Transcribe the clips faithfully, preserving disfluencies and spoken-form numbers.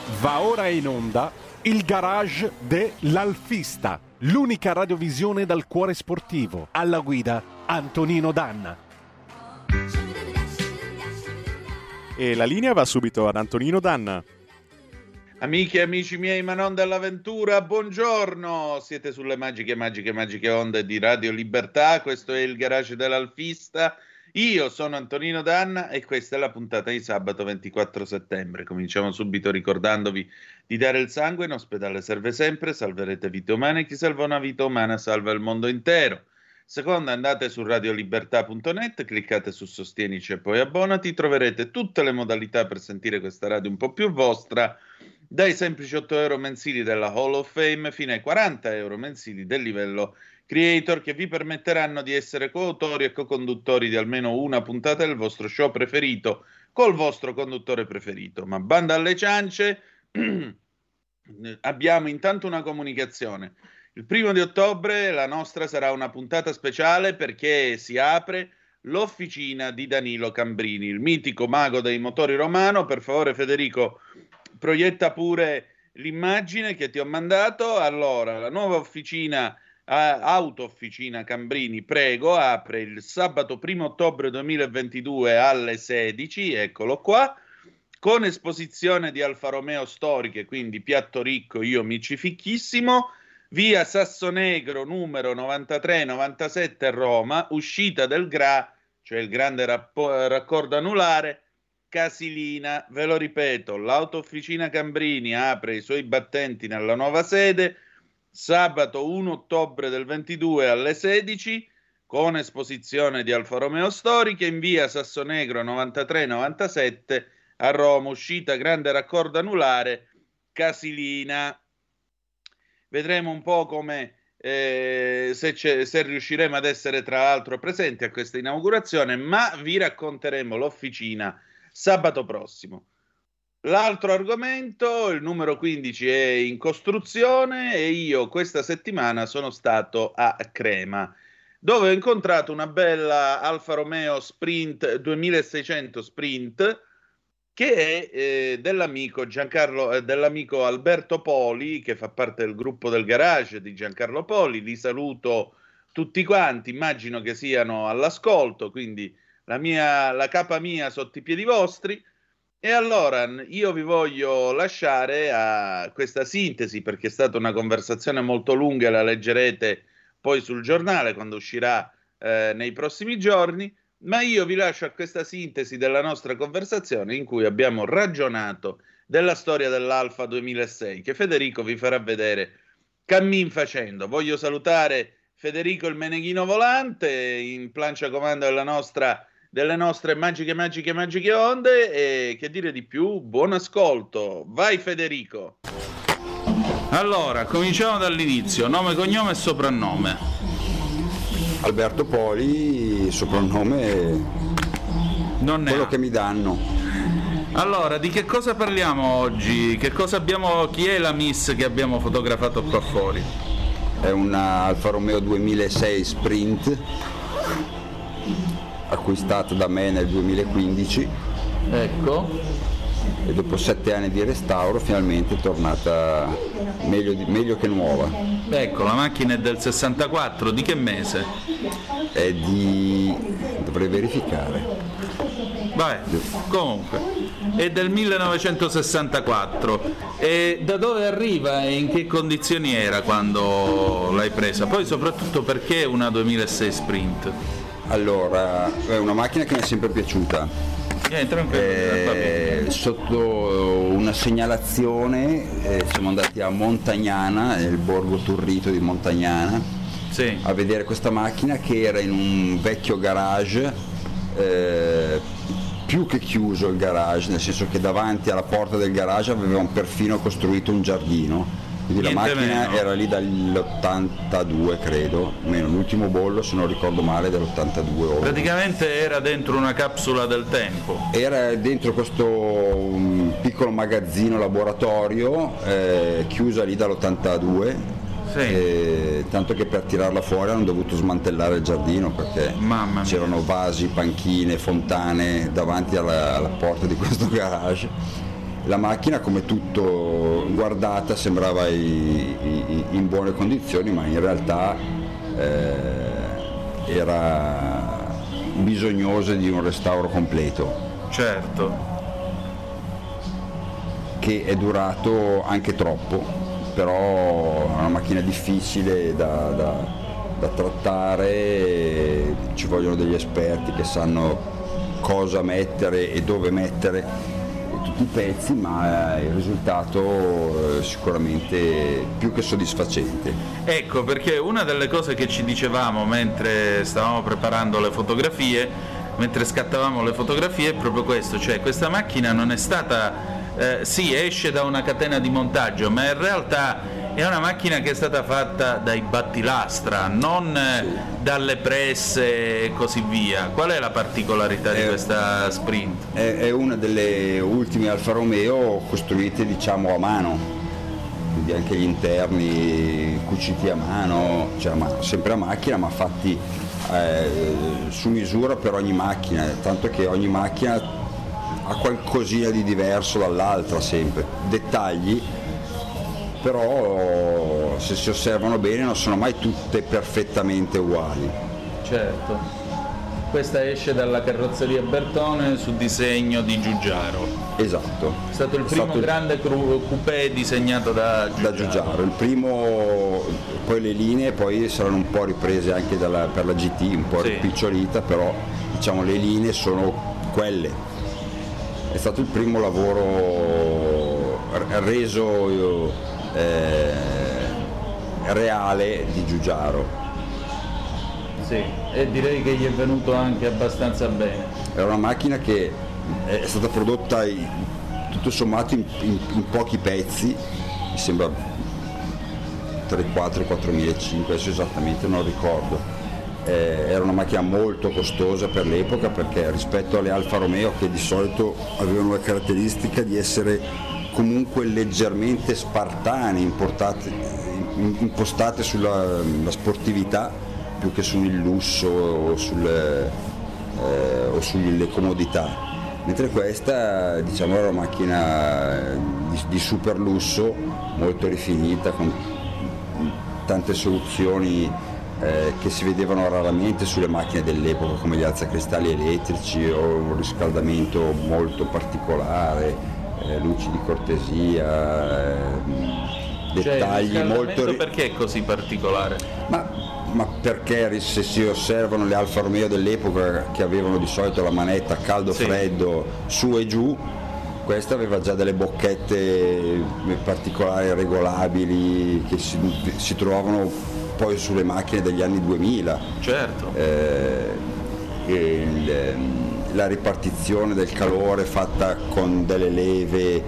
Va ora in onda il garage dell'Alfista, l'unica radiovisione dal cuore sportivo. Alla guida Antonino Danna. E la linea va subito ad Antonino Danna. Amiche e amici miei, ma non dell'avventura, buongiorno! Siete sulle magiche, magiche, magiche onde di Radio Libertà. Questo è il garage dell'Alfista. Io sono Antonino Danna e questa è la puntata di sabato ventiquattro settembre. Cominciamo subito ricordandovi di dare il sangue, in ospedale serve sempre, salverete vite umane, chi salva una vita umana salva il mondo intero. Seconda, andate su radiolibertà punto net, cliccate su Sostienici e poi abbonati, troverete tutte le modalità per sentire questa radio un po' più vostra, dai semplici otto euro mensili della Hall of Fame fino ai quaranta euro mensili del livello Creator, che vi permetteranno di essere coautori e co-conduttori di almeno una puntata del vostro show preferito col vostro conduttore preferito. Ma banda alle ciance, abbiamo intanto una comunicazione. Il primo di ottobre la nostra sarà una puntata speciale perché si apre l'officina di Danilo Cambrini, il mitico mago dei motori romano. Per favore, Federico, proietta pure l'immagine che ti ho mandato. Allora, la nuova officina, eh, auto officina Cambrini, prego, apre il sabato primo ottobre duemilaventidue alle sedici, eccolo qua, con esposizione di Alfa Romeo storiche, quindi piatto ricco, io mi ci ficchissimo, via Sassonegro numero novantatré novantasette Roma, uscita del G R A, cioè il grande rappo- raccordo anulare, Casilina. Ve lo ripeto, l'Autofficina Cambrini apre i suoi battenti nella nuova sede sabato primo ottobre del ventidue alle sedici, con esposizione di Alfa Romeo storiche in via Sassonegro novantatré novantasette a Roma, uscita grande raccordo anulare, Casilina. Vedremo un po' come eh, se, se riusciremo ad essere tra l'altro presenti a questa inaugurazione, ma vi racconteremo l'officina sabato prossimo. L'altro argomento, il numero quindici, è in costruzione e io questa settimana sono stato a Crema, dove ho incontrato una bella Alfa Romeo Sprint duemilaseicento Sprint, che è eh, dell'amico Giancarlo, eh, dell'amico Alberto Poli, che fa parte del gruppo del garage di Giancarlo Poli. Li saluto tutti quanti, immagino che siano all'ascolto, quindi la mia, la capa mia sotto i piedi vostri. E allora io vi voglio lasciare a questa sintesi, perché è stata una conversazione molto lunga e la leggerete poi sul giornale quando uscirà eh, nei prossimi giorni. Ma io vi lascio a questa sintesi della nostra conversazione in cui abbiamo ragionato della storia dell'Alfa duemilasei, che Federico vi farà vedere cammin facendo. Voglio salutare Federico il Meneghino Volante, in plancia comando della nostra, delle nostre magiche, magiche, magiche onde, e che dire di più? Buon ascolto. Vai Federico. Allora, cominciamo dall'inizio. Nome, cognome e soprannome. Alberto Poli, soprannome Non ne quello ha. che mi danno. Allora, di che cosa parliamo oggi? Che cosa abbiamo? Chi è la Miss che abbiamo fotografato qua fuori? È una Alfa Romeo duemilasei Sprint, acquistata da me nel duemilaquindici. Ecco. E dopo sette anni di restauro finalmente è tornata meglio, di, meglio che nuova. Ecco, la macchina è del sessantaquattro, di che mese? È di... dovrei verificare. Vabbè, comunque, è del millenovecentosessantaquattro. E da dove arriva e in che condizioni era quando l'hai presa? Poi soprattutto perché una duemilasei Sprint? Allora, è una macchina che mi è sempre piaciuta. Eh, Eh, sotto una segnalazione eh, siamo andati a Montagnana, nel borgo Turrito di Montagnana, sì, a vedere questa macchina che era in un vecchio garage, eh, più che chiuso il garage, nel senso che davanti alla porta del garage avevano perfino costruito un giardino. Quindi la Niente macchina meno. era lì dall'ottantadue, credo, meno l'ultimo bollo, se non ricordo male, dell'ottantadue. O... praticamente era dentro una capsula del tempo. Era dentro questo um, piccolo magazzino laboratorio, eh, chiusa lì dall'ottantadue, Sì. eh, tanto che per tirarla fuori hanno dovuto smantellare il giardino perché Mamma mia. c'erano vasi, panchine, fontane davanti alla, alla porta di questo garage. la macchina, come tutto guardata, sembrava i, i, in buone condizioni, ma in realtà eh, era bisognosa di un restauro completo. Certo. Che è durato anche troppo, però è una macchina difficile da, da, da trattare, ci vogliono degli esperti che sanno cosa mettere e dove mettere tutti i pezzi, ma il risultato è sicuramente più che soddisfacente. Ecco, perché una delle cose che ci dicevamo mentre stavamo preparando le fotografie, mentre scattavamo le fotografie, è proprio questo, cioè questa macchina non è stata, eh, sì, esce da una catena di montaggio, ma in realtà è una macchina che è stata fatta dai battilastra, non sì. dalle presse e così via. Qual è la particolarità è, di questa Sprint? È, è una delle ultime Alfa Romeo costruite, diciamo, a mano, quindi anche gli interni cuciti a mano, cioè ma, sempre a macchina, ma fatti eh, su misura per ogni macchina, tanto che ogni macchina ha qualcosina di diverso dall'altra, sempre dettagli, però se si osservano bene non sono mai tutte perfettamente uguali. Certo. Questa esce dalla carrozzeria Bertone su disegno di Giugiaro. Esatto. È stato il È primo stato grande cru- coupé disegnato da Giugiaro. Da Giugiaro. Il primo, poi le linee poi saranno un po' riprese anche dalla, per la G T, un po' sì. rimpicciolita, però diciamo le linee sono quelle. È stato il primo lavoro reso eh, reale di Giugiaro. Sì, e direi che gli è venuto anche abbastanza bene. Era una macchina che è stata prodotta in, tutto sommato in, in, in pochi pezzi, mi sembra tra i quattro e i quattromilacinquecento, adesso esattamente non ricordo. Eh, era una macchina molto costosa per l'epoca, perché rispetto alle Alfa Romeo, che di solito avevano la caratteristica di essere comunque leggermente spartane, importate, impostate sulla sportività più che sul lusso o, sul, eh, o sulle comodità, mentre questa, diciamo, era una macchina di, di super lusso, molto rifinita, con tante soluzioni Eh, che si vedevano raramente sulle macchine dell'epoca, come gli alzacristalli elettrici o un riscaldamento molto particolare, eh, luci di cortesia, eh, dettagli cioè, molto... Ri- perché è così particolare? Ma, ma perché se si osservano le Alfa Romeo dell'epoca, che avevano di solito la manetta caldo-freddo sì. su e giù, questa aveva già delle bocchette particolari regolabili che si, si trovavano poi sulle macchine degli anni duemila. Certo. Eh, il, la ripartizione del calore fatta con delle leve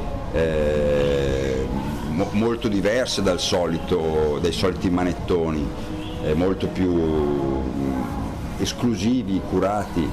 eh, mo, molto diverse dal solito, dai soliti manettoni, eh, molto più mh, esclusivi, curati.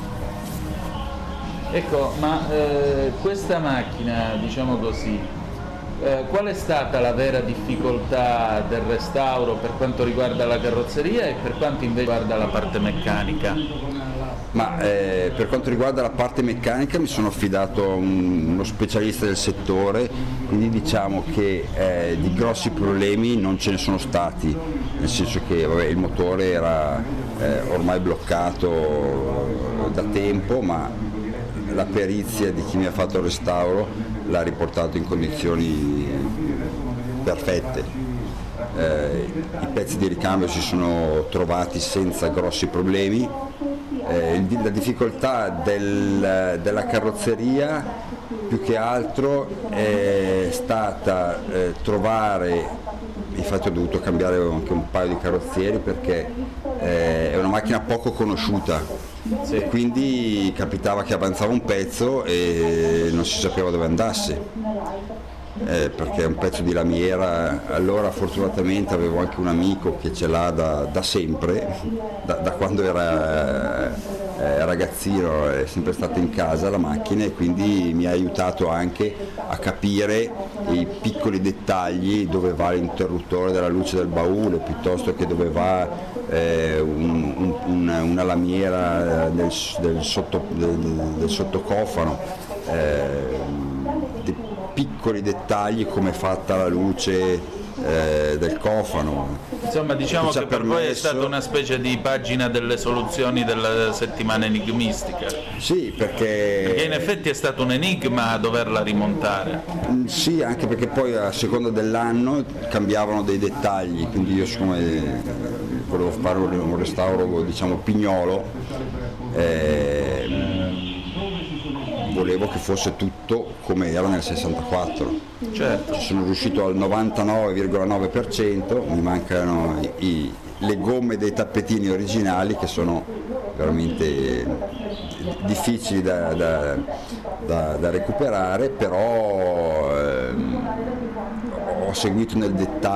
Ecco, ma eh, questa macchina, diciamo così, Eh, qual è stata la vera difficoltà del restauro per quanto riguarda la carrozzeria e per quanto invece riguarda la parte meccanica? Ma eh, per quanto riguarda la parte meccanica mi sono affidato a un, uno specialista del settore, quindi diciamo che eh, di grossi problemi non ce ne sono stati, nel senso che vabbè, il motore era eh, ormai bloccato da tempo, ma la perizia di chi mi ha fatto il restauro l'ha riportato in condizioni perfette. Eh, i pezzi di ricambio si sono trovati senza grossi problemi. Eh, la difficoltà del, della carrozzeria più che altro è stata eh, trovare, infatti ho dovuto cambiare anche un paio di carrozzieri perché eh, è una macchina poco conosciuta. Sì. Quindi capitava che avanzava un pezzo e non si sapeva dove andasse, eh, perché è un pezzo di lamiera. Allora fortunatamente avevo anche un amico che ce l'ha da, da sempre, da, da quando era eh, ragazzino, è sempre stata in casa la macchina, e quindi mi ha aiutato anche a capire i piccoli dettagli, dove va l'interruttore della luce del baule piuttosto che dove va Eh, un, un, una, una lamiera del, del, sotto, del, del sottocofano, eh, piccoli dettagli come è fatta la luce eh, del cofano. Insomma, diciamo che, che per voi è stata una specie di pagina delle soluzioni della settimana enigmistica. Sì, perché... perché in effetti è stato un enigma doverla rimontare. Sì, anche perché poi a seconda dell'anno cambiavano dei dettagli, quindi io siccome volevo fare un restauro, diciamo, pignolo, eh, volevo che fosse tutto come era nel sessantaquattro. Certo. Ci sono riuscito al novantanove virgola nove per cento, mi mancano i, i, le gomme dei tappetini originali che sono veramente difficili da, da, da, da recuperare, però ehm, ho seguito nel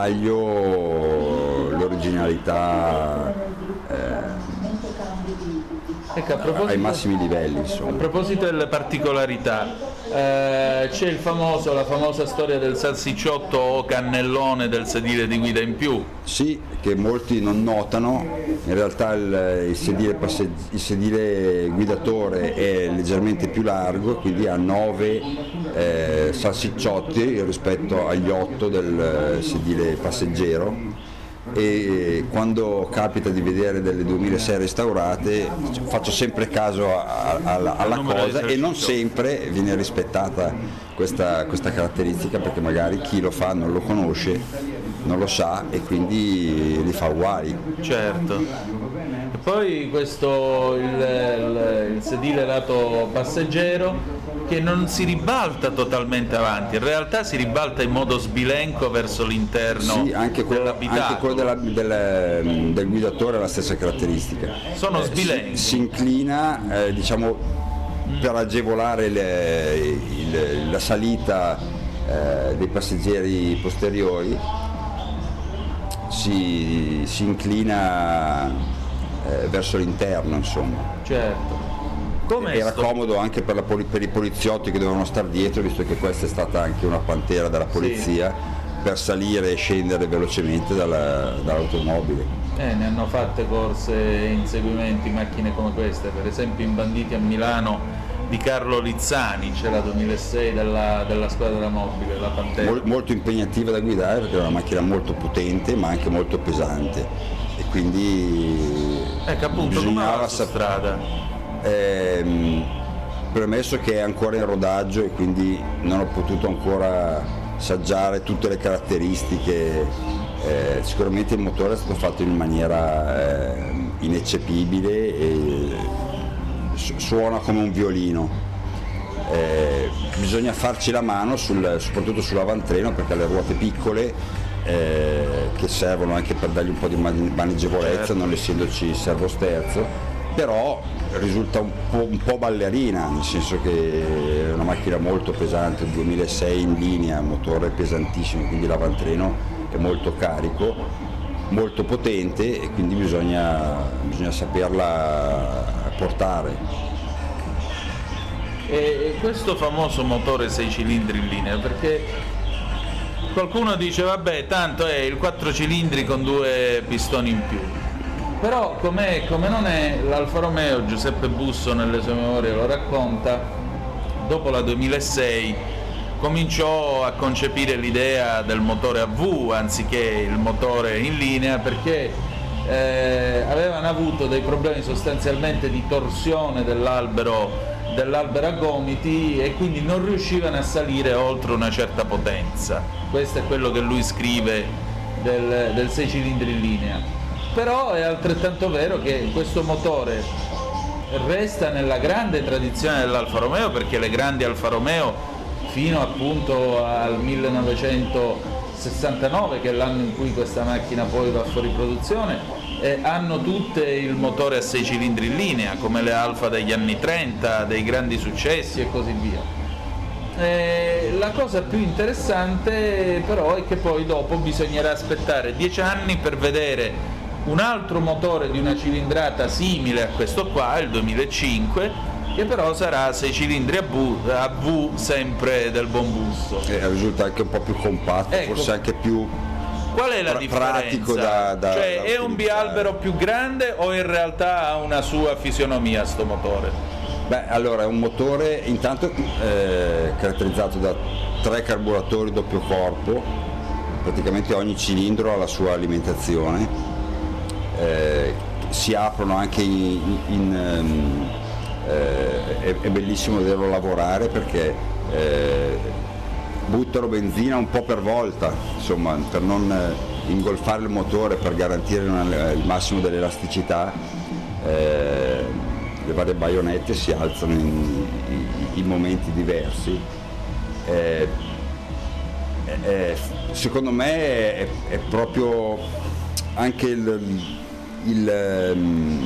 dettaglio l'originalità eh, ecco, a proposito, ai massimi livelli, insomma. A proposito delle particolarità, eh, c'è il famoso, la famosa storia del salsicciotto o cannellone del sedile di guida in più. Sì, che molti non notano, in realtà il, il, sedile, passe, il sedile guidatore è leggermente più largo, quindi ha nove eh, salsicciotti rispetto agli otto del sedile passeggero, e quando capita di vedere delle duemilasei restaurate faccio sempre caso a, a, alla, alla cosa, e non sempre viene rispettata questa, questa caratteristica, perché magari chi lo fa non lo conosce, non lo sa e quindi li fa uguali. Certo. E poi questo il, il, il sedile lato passeggero che non si ribalta totalmente avanti, in realtà si ribalta in modo sbilenco verso l'interno. Sì, anche quello, anche quello della, del, del guidatore ha la stessa caratteristica. Sono sbilenchi. Si, si inclina, eh, diciamo, mm. per agevolare le, il, la salita eh, dei passeggeri posteriori, si, si inclina eh, verso l'interno, insomma. Certo. Com'è Era sto... comodo anche per, la poli- per i poliziotti che dovevano star dietro, visto che questa è stata anche una pantera della polizia, sì, per salire e scendere velocemente dalla, dall'automobile. Eh, ne hanno fatte corse e inseguimenti macchine come queste, per esempio in Banditi a Milano di Carlo Lizzani, c'è la duemilasei della, della squadra della mobile, la Pantera. Mol, molto impegnativa da guidare perché era una macchina molto potente ma anche molto pesante, e quindi ecco, appunto, bisognava come sap- strada. Ehm, premesso che è ancora in rodaggio e quindi non ho potuto ancora assaggiare tutte le caratteristiche, eh, sicuramente il motore è stato fatto in maniera eh, ineccepibile e su- suona come un violino. Eh, bisogna farci la mano sul, soprattutto sull'avantreno, perché ha le ruote piccole eh, che servono anche per dargli un po' di maneggevolezza, certo, non essendoci servosterzo, però risulta un po', un po' ballerina, nel senso che è una macchina molto pesante, duemilasei in linea, motore pesantissimo, quindi l'avantreno è molto carico, molto potente, e quindi bisogna, bisogna saperla portare. E questo famoso motore sei cilindri in linea, perché qualcuno dice vabbè, tanto è il quattro cilindri con due pistoni in più. Però com'è, come non è, l'Alfa Romeo, Giuseppe Busso nelle sue memorie lo racconta, dopo la duemilasei cominciò a concepire l'idea del motore a V anziché il motore in linea, perché eh, avevano avuto dei problemi sostanzialmente di torsione dell'albero, dell'albero a gomiti, e quindi non riuscivano a salire oltre una certa potenza. Questo è quello che lui scrive del, del sei cilindri in linea. Però è altrettanto vero che questo motore resta nella grande tradizione dell'Alfa Romeo, perché le grandi Alfa Romeo fino appunto al millenovecentosessantanove, che è l'anno in cui questa macchina poi va fuori produzione, eh, hanno tutte il motore a sei cilindri in linea, come le Alfa degli anni trenta, dei grandi successi e così via. Eh, la cosa più interessante però è che poi dopo bisognerà aspettare dieci anni per vedere un altro motore di una cilindrata simile a questo qua, il duemilacinque, che però sarà sei cilindri a V, a V sempre del buon Busso. E risulta anche un po' più compatto, ecco, forse anche più qual è la pra- differenza? pratico da, da cioè da è un bialbero più grande o in realtà ha una sua fisionomia sto motore? Beh, allora è un motore intanto eh, caratterizzato da tre carburatori doppio corpo, praticamente ogni cilindro ha la sua alimentazione, eh, si aprono anche in... in um, eh, è, è bellissimo vederlo lavorare perché eh, buttano benzina un po' per volta, insomma, per non eh, ingolfare il motore, per garantire una, il massimo dell'elasticità. Eh, le varie baionette si alzano in, in, in momenti diversi. Eh, eh, secondo me è, è proprio anche il, il um,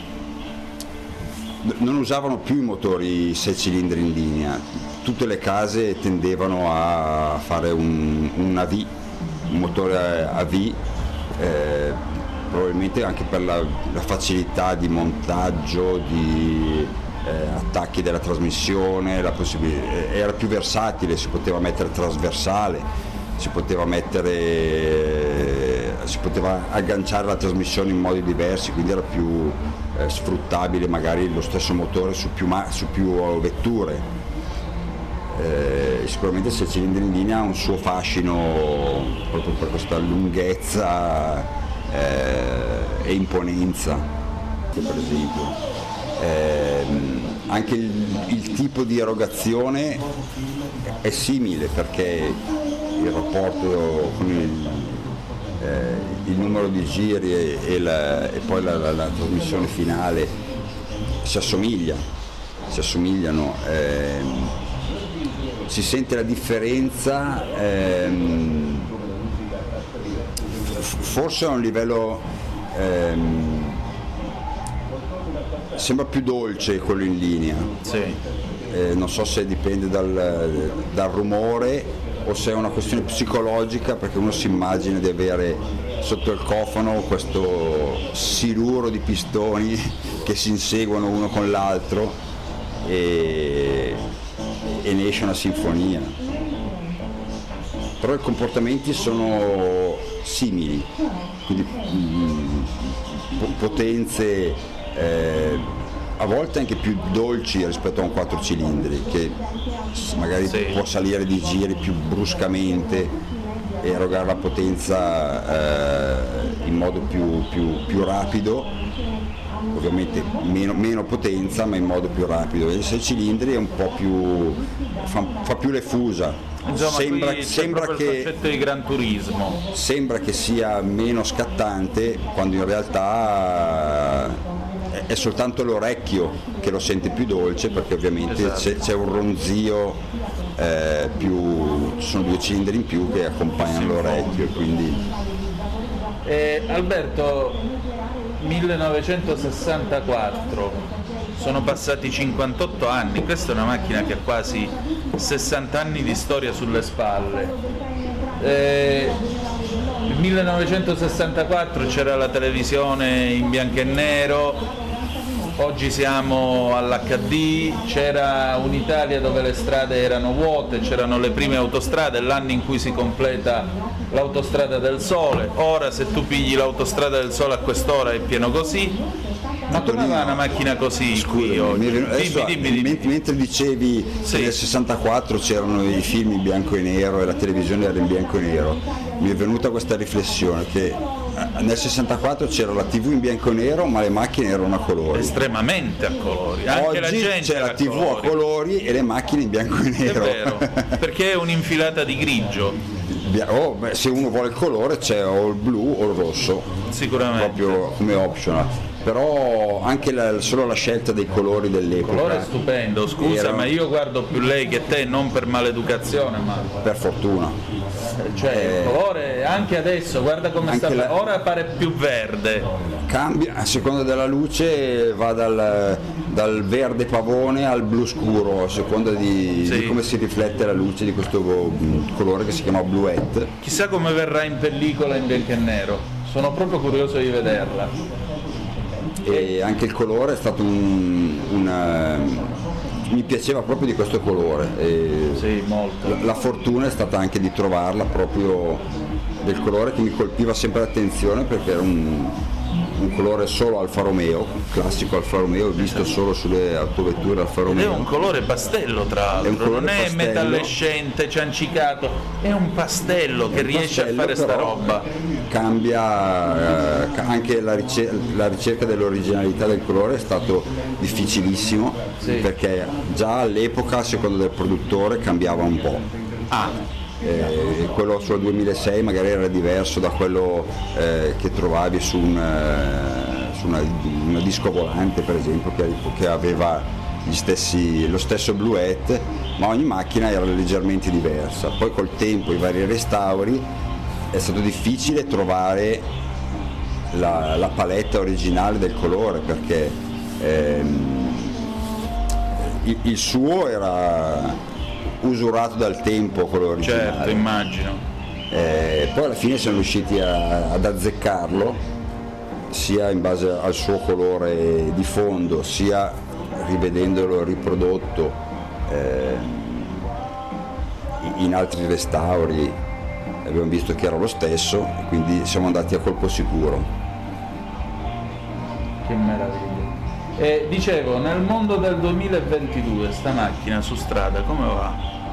non usavano più i motori sei cilindri in linea, tutte le case tendevano a fare un, un A V, un motore A V, eh, probabilmente anche per la, la facilità di montaggio, di eh, attacchi della trasmissione, la possibilità, era più versatile, si poteva mettere trasversale, si poteva mettere, eh, si poteva agganciare la trasmissione in modi diversi, quindi era più eh, sfruttabile magari lo stesso motore su più, ma, su più vetture. Eh, sicuramente il sei cilindri in linea ha un suo fascino proprio per questa lunghezza Eh, e imponenza, per esempio. Eh, anche il, il tipo di erogazione è simile perché il rapporto con il, eh, il numero di giri e, e, la, e poi la, la, la trasmissione finale si assomiglia, si assomigliano. Eh, si sente la differenza. Ehm, forse a un livello ehm, sembra più dolce quello in linea, sì. eh, non so se dipende dal, dal rumore o se è una questione psicologica, perché uno si immagina di avere sotto il cofano questo siluro di pistoni che si inseguono uno con l'altro e, e ne esce una sinfonia. Però i comportamenti sono simili, quindi mh, potenze eh, a volte anche più dolci rispetto a un quattro cilindri che magari sì. può salire di giri più bruscamente e erogare la potenza eh, in modo più, più, più rapido, ovviamente meno, meno potenza ma in modo più rapido. E il sei cilindri è un po' più fa, fa più le fusa. Insomma, sembra, qui sembra c'è che il concetto di Gran Turismo. Sembra che sia meno scattante quando in realtà è soltanto l'orecchio che lo sente più dolce, perché ovviamente esatto. c'è, c'è un ronzio eh, più, ci sono due cilindri in più che accompagnano sì, l'orecchio, quindi... eh, Alberto, millenovecentosessantaquattro, sono passati cinquantotto anni, questa è una macchina che ha quasi sessanta anni di storia sulle spalle. Eh, nel millenovecentosessantaquattro c'era la televisione in bianco e nero, oggi siamo all'H D, c'era un'Italia dove le strade erano vuote, c'erano le prime autostrade, l'anno in cui si completa l'autostrada del Sole. Ora se tu pigli l'autostrada del Sole a quest'ora è pieno così. Ma come va una macchina così? Scusa, oggi? Venuto, adesso, dimmi, dimmi, dimmi. Mentre dicevi sì. che nel sessantaquattro c'erano i film in bianco e nero e la televisione era in bianco e nero, mi è venuta questa riflessione che nel sessantaquattro c'era la tivù in bianco e nero ma le macchine erano a colori. Estremamente a colori. Anche oggi la gente c'è la tivù a colori. a colori e le macchine in bianco e nero. È vero, perché è un'infilata di grigio. Oh, beh, se uno vuole il colore c'è o il blu o il rosso. Sicuramente. Proprio come optional. Però anche la, solo la scelta dei colori dell'epoca. Il colore è stupendo, scusa, era... ma io guardo più lei che te, non per maleducazione, ma per fortuna. Cioè eh... il colore anche adesso, guarda come sta, la... ora pare più verde. Cambia a seconda della luce, va dal, dal verde pavone al blu scuro, a seconda di, sì. di come si riflette la luce di questo colore che si chiama bluette. Chissà come verrà in pellicola in bianco e nero, sono proprio curioso di vederla. E anche il colore è stato un, una, mi piaceva proprio di questo colore e sì, molto. La, la fortuna è stata anche di trovarla proprio del colore che mi colpiva sempre l'attenzione, perché era un, un colore solo Alfa Romeo, classico Alfa Romeo, visto solo sulle autovetture Alfa Romeo. Ed è un colore pastello, tra l'altro, non è pastello, metallescente, ciancicato, è un pastello che riesce pastello, a fare sta roba. Cambia eh, anche la, ricer- la ricerca dell'originalità del colore è stato difficilissimo, sì. Perché già all'epoca, a seconda del produttore, cambiava un po'. Ah. Eh, quello sul duemilasei magari era diverso da quello eh, che trovavi su, un, eh, su una, una disco volante, per esempio, che, che aveva gli stessi, lo stesso bluette, ma ogni macchina era leggermente diversa. Poi col tempo, i vari restauri, è stato difficile trovare la, la paletta originale del colore, perché ehm, il, il suo era usurato dal tempo, quello originale. Certo, immagino. Eh, poi alla fine siamo riusciti a, ad azzeccarlo, sia in base al suo colore di fondo, sia rivedendolo riprodotto eh, in altri restauri. Abbiamo visto che era lo stesso e quindi siamo andati a colpo sicuro. Che meraviglia. E dicevo, nel mondo del duemilaventidue sta macchina su strada come va?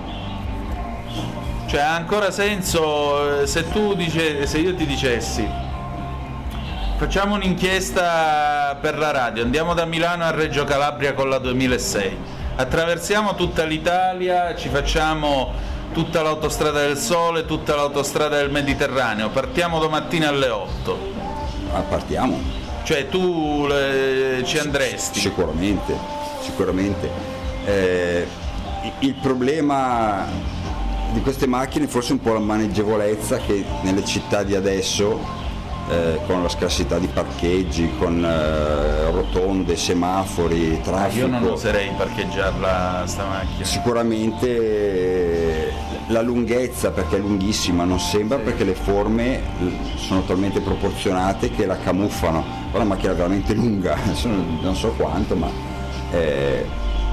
Cioè ha ancora senso se tu dice, se io ti dicessi facciamo un'inchiesta per la radio, andiamo da Milano a Reggio Calabria con la duemilasei, attraversiamo tutta l'Italia, ci facciamo tutta l'autostrada del Sole, tutta l'autostrada del Mediterraneo, partiamo domattina alle otto. Ah, partiamo. Cioè tu le, ci andresti? Sicuramente, sicuramente. Eh, il problema di queste macchine forse un po' la maneggevolezza, che nelle città di adesso, eh, con la scarsità di parcheggi, con eh, rotonde, semafori, traffico. Io non oserei parcheggiarla sta macchina. Sicuramente eh, la lunghezza, perché è lunghissima, non sembra, sì. Perché le forme sono talmente proporzionate che la camuffano. È una macchina veramente lunga, non so quanto, ma è,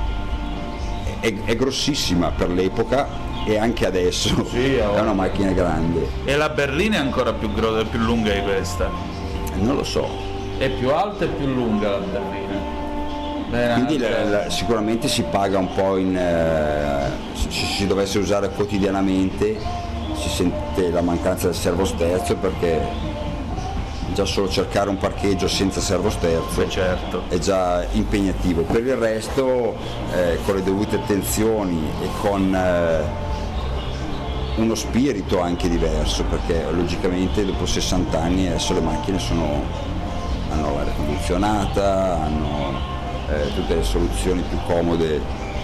è, è grossissima per l'epoca e anche adesso, sì, è una macchina grande. E la berlina è ancora più, gro- più lunga di questa? Non lo so. È più alta e più lunga la berlina. Beh, quindi la, la, sicuramente si paga un po' in... Eh, se si dovesse usare quotidianamente si sente la mancanza del servosterzo, perché già solo cercare un parcheggio senza servosterzo, certo, è già impegnativo. Per il resto eh, con le dovute attenzioni e con eh, uno spirito anche diverso, perché logicamente dopo sessanta anni adesso le macchine sono, hanno l'aria condizionata, hanno eh, tutte le soluzioni più comode,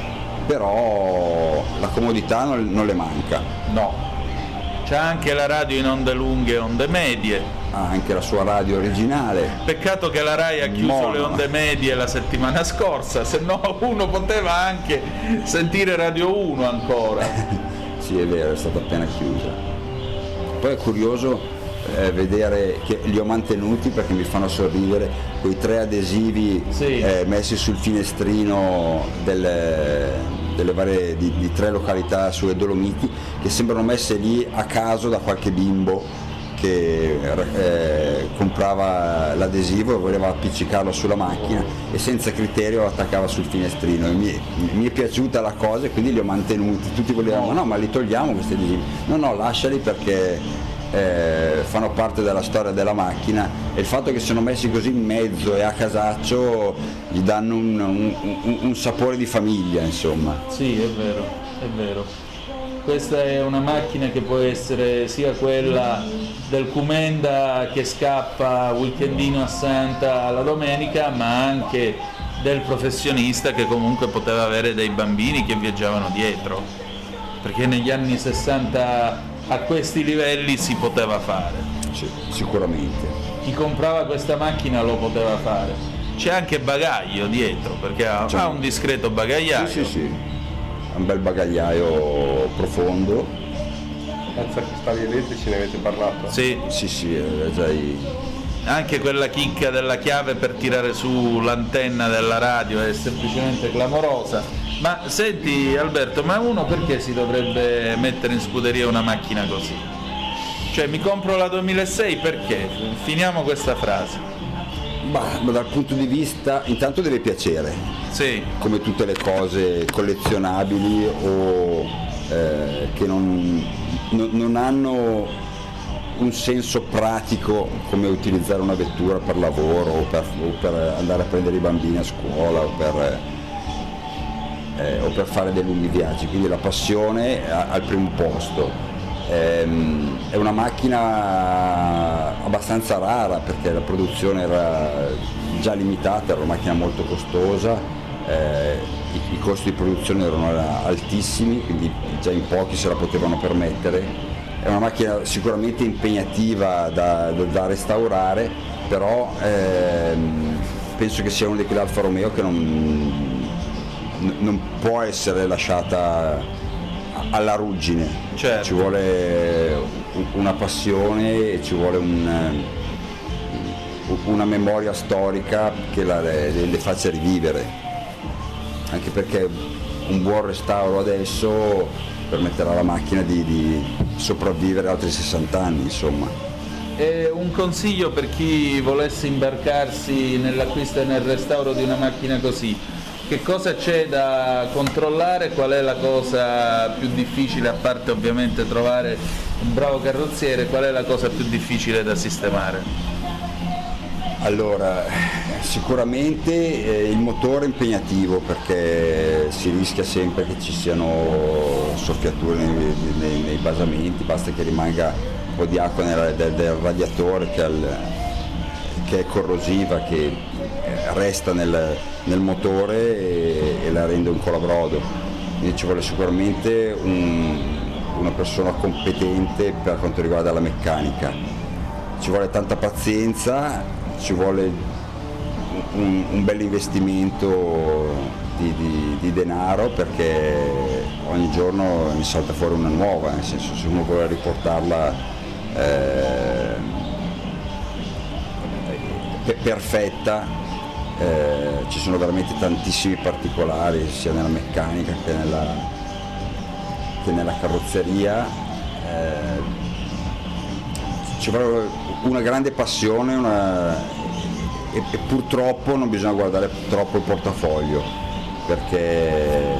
però la comodità non, non le manca. No. C'è anche la radio in onde lunghe e onde medie. Ha anche la sua radio originale. Peccato che la Rai ha chiuso Mono. le onde medie la settimana scorsa, se no uno poteva anche sentire Radio uno ancora. Sì, è vero, è stata appena chiusa. Poi è curioso eh, vedere che li ho mantenuti, perché mi fanno sorridere quei tre adesivi, sì. eh, messi sul finestrino del... delle varie di, di tre località sulle Dolomiti, che sembrano messe lì a caso da qualche bimbo che eh, comprava l'adesivo e voleva appiccicarlo sulla macchina e senza criterio lo attaccava sul finestrino. E mi, mi è piaciuta la cosa e quindi li ho mantenuti. Tutti volevano, no, ma li togliamo questi adesivi. No, no, lasciali, perché eh, fanno parte della storia della macchina, e il fatto che siano messi così in mezzo e a casaccio gli danno un, un, un, un sapore di famiglia, insomma. Sì, è vero, è vero. Questa è una macchina che può essere sia quella del Cumenda che scappa weekendino a Santa la domenica, ma anche del professionista che comunque poteva avere dei bambini che viaggiavano dietro, perché negli anni sessanta a questi livelli si poteva fare. Sì, sicuramente. Chi comprava questa macchina lo poteva fare. C'è anche bagaglio dietro, perché ha, ha un discreto bagagliaio. Sì, sì, sì. Un bel bagagliaio profondo. Senza cristalli elettrici ne avete parlato? Sì, sì, sì, è già i... Anche quella chicca della chiave per tirare su l'antenna della radio è semplicemente clamorosa. Ma senti Alberto, ma uno perché si dovrebbe mettere in scuderia una macchina così? Cioè mi compro la duemilasei perché? Finiamo questa frase. Bah, ma dal punto di vista, intanto deve piacere, Sì, come tutte le cose collezionabili o eh, che non, non- non hanno un senso pratico, come utilizzare una vettura per lavoro o per, o per andare a prendere i bambini a scuola o per, eh, o per fare dei lunghi viaggi, quindi la passione a- al primo posto. Ehm, È una macchina abbastanza rara perché la produzione era già limitata, era una macchina molto costosa, eh, i, i costi di produzione erano altissimi, quindi già in pochi se la potevano permettere. È una macchina sicuramente impegnativa da, da- da restaurare, però ehm, penso che sia una di quelle Alfa Romeo che non, non può essere lasciata alla ruggine. Certo. Ci vuole una passione e ci vuole un, una memoria storica che la, le, le faccia rivivere, anche perché un buon restauro adesso permetterà alla macchina di, di sopravvivere altri sessanta anni, insomma. e un consiglio per chi volesse imbarcarsi nell'acquisto e nel restauro di una macchina così. Che cosa c'è da controllare? Qual è la cosa più difficile, a parte ovviamente trovare un bravo carrozziere, qual è la cosa più difficile da sistemare? Allora, sicuramente eh, il motore è impegnativo perché si rischia sempre che ci siano soffiature nei, nei- nei basamenti, basta che rimanga un po' di acqua nella- del, del radiatore che, al- che è corrosiva, che eh, resta nel, nel motore e, e la rende un colabrodo. Quindi ci vuole sicuramente un- una persona competente per quanto riguarda la meccanica. Ci vuole tanta pazienza, ci vuole un, un bel investimento di, di- di denaro perché ogni giorno ne salta fuori una nuova, nel senso se uno vuole riportarla eh, pe- perfetta, eh, ci sono veramente tantissimi particolari sia nella meccanica che nella, che nella carrozzeria. eh, Ci vuole una grande passione una- e, e purtroppo non bisogna guardare troppo il portafoglio perché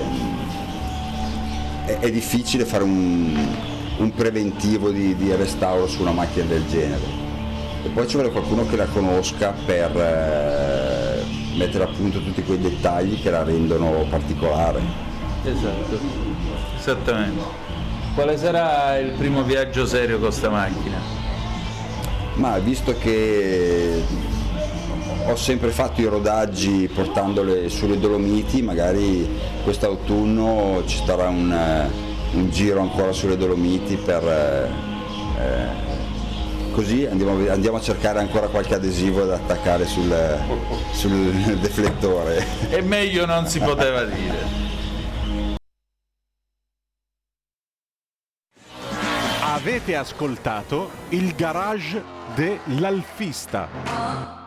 è, è difficile fare un, un preventivo di, di restauro su una macchina del genere. E poi ci vuole qualcuno che la conosca per eh, mettere a punto tutti quei dettagli che la rendono particolare. Esatto, esattamente. Quale sarà il primo viaggio serio con sta macchina? Ma visto che ho sempre fatto i rodaggi portandole sulle Dolomiti, magari quest'autunno ci sarà un, eh, un giro ancora sulle Dolomiti per eh, eh, così andiamo, a- andiamo a cercare ancora qualche adesivo da attaccare sul, sul deflettore. E meglio non si poteva dire. Avete ascoltato il garage dell'Alfista.